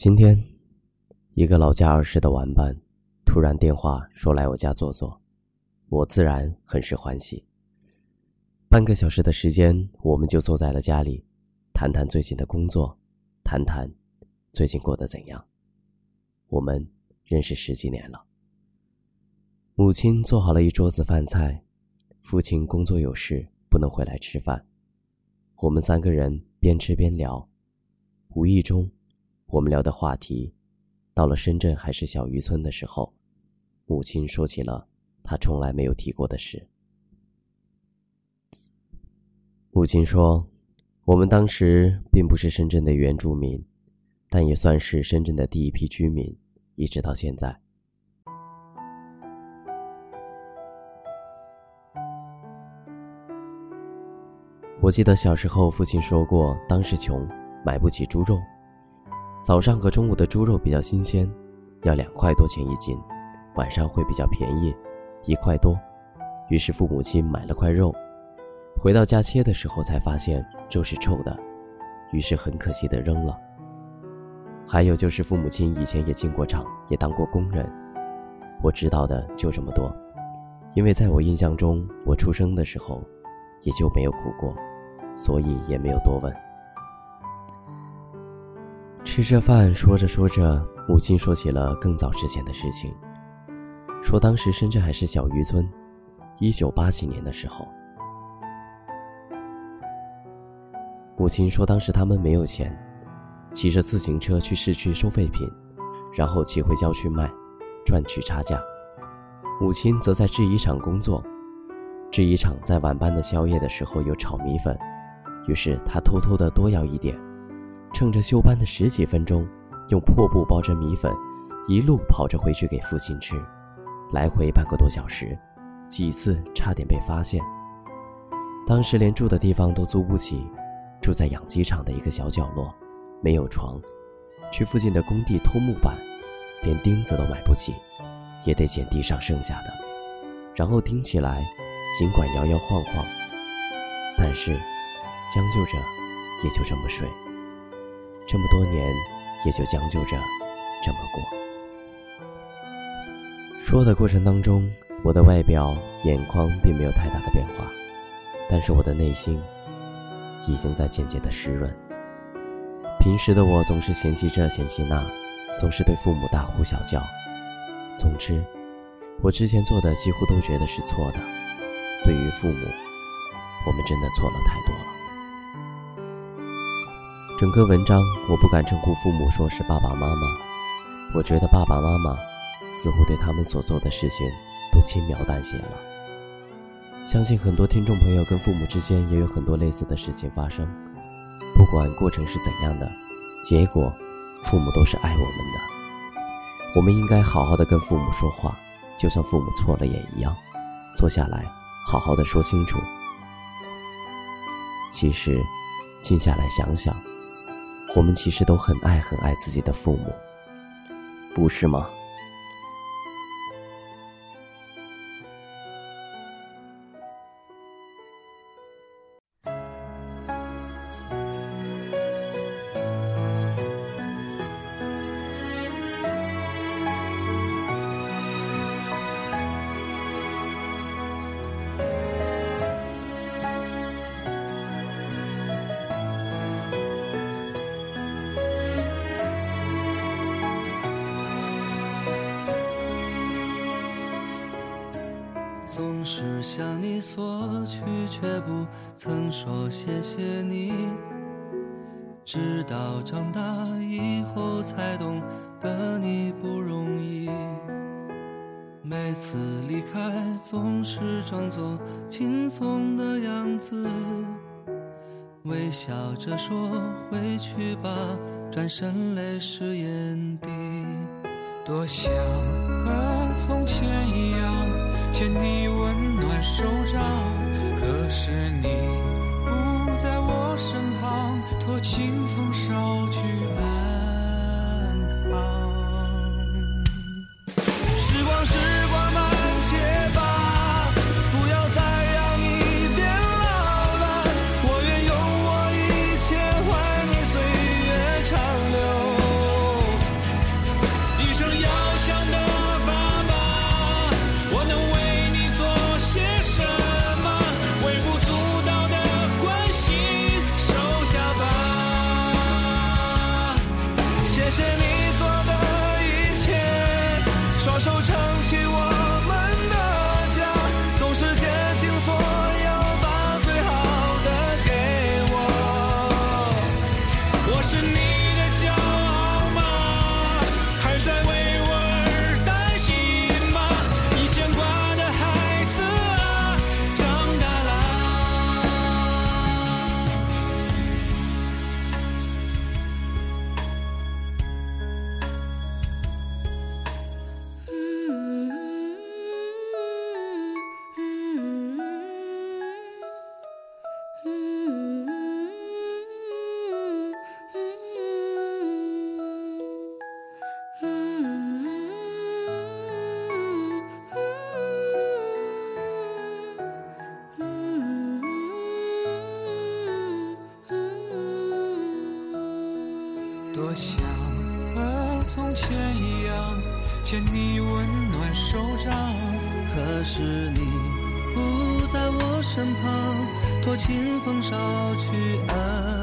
今天一个老家儿时的玩伴突然电话说来我家坐坐，我自然很是欢喜。半个小时的时间，我们就坐在了家里，谈谈最近的工作，谈谈最近过得怎样。我们认识10几年了。母亲做好了一桌子饭菜，父亲工作有事不能回来吃饭，我们3个人边吃边聊。无意中我们聊的话题到了深圳还是小渔村的时候，母亲说起了她从来没有提过的事。母亲说，我们当时并不是深圳的原住民，但也算是深圳的第一批居民，一直到现在。我记得小时候父亲说过，当时穷，买不起猪肉，早上和中午的猪肉比较新鲜，要2块多钱一斤，晚上会比较便宜，1块多。于是父母亲买了块肉，回到家切的时候才发现肉是臭的，于是很可惜地扔了。还有就是父母亲以前也进过厂，也当过工人。我知道的就这么多，因为在我印象中，我出生的时候也就没有苦过，所以也没有多问。吃着饭说着说着，母亲说起了更早之前的事情，说当时深圳还是小渔村，1987年的时候。母亲说当时他们没有钱，骑着自行车去市区收废品，然后骑回郊区卖，赚取差价。母亲则在制衣厂工作，制衣厂在晚班的宵夜的时候有炒米粉，于是她偷偷的多要一点，趁着休班的10几分钟，用破布包着米粉，一路跑着回去给父亲吃，来回半个多小时，几次差点被发现。当时连住的地方都租不起，住在养鸡场的一个小角落，没有床，去附近的工地偷木板，连钉子都买不起，也得捡地上剩下的，然后钉起来，尽管摇摇晃晃，但是将就着也就这么睡，这么多年也就将就着这么过。说的过程当中，我的外表眼眶并没有太大的变化，但是我的内心已经在渐渐的湿润。平时的我总是嫌弃这嫌弃那，总是对父母大呼小叫，总之我之前做的几乎都觉得是错的，对于父母，我们真的错了太多了。整个文章我不敢称呼父母说是爸爸妈妈，我觉得爸爸妈妈似乎对他们所做的事情都轻描淡写了。相信很多听众朋友跟父母之间也有很多类似的事情发生，不管过程是怎样的，结果父母都是爱我们的。我们应该好好的跟父母说话，就算父母错了也一样，坐下来好好的说清楚。其实静下来想想，我们其实都很爱很爱自己的父母，不是吗？ 总是向你索取，却不曾说谢谢你。直到长大以后才懂得你不容易。每次离开总是装作轻松的样子，微笑着说回去吧，转身泪湿眼底。 多想和从前一样牵你温暖手掌，可是你不在我身旁，托清风捎去安康。时光时光慢些吧，不要再让你变老了，我愿用我一切换你岁月长流。 我是你的骄傲吗？还在为我而担心吗？你牵挂的孩子啊，长大啦。多想和从前一样，牵你温暖手掌。 可是你不在我身旁，托清风捎去安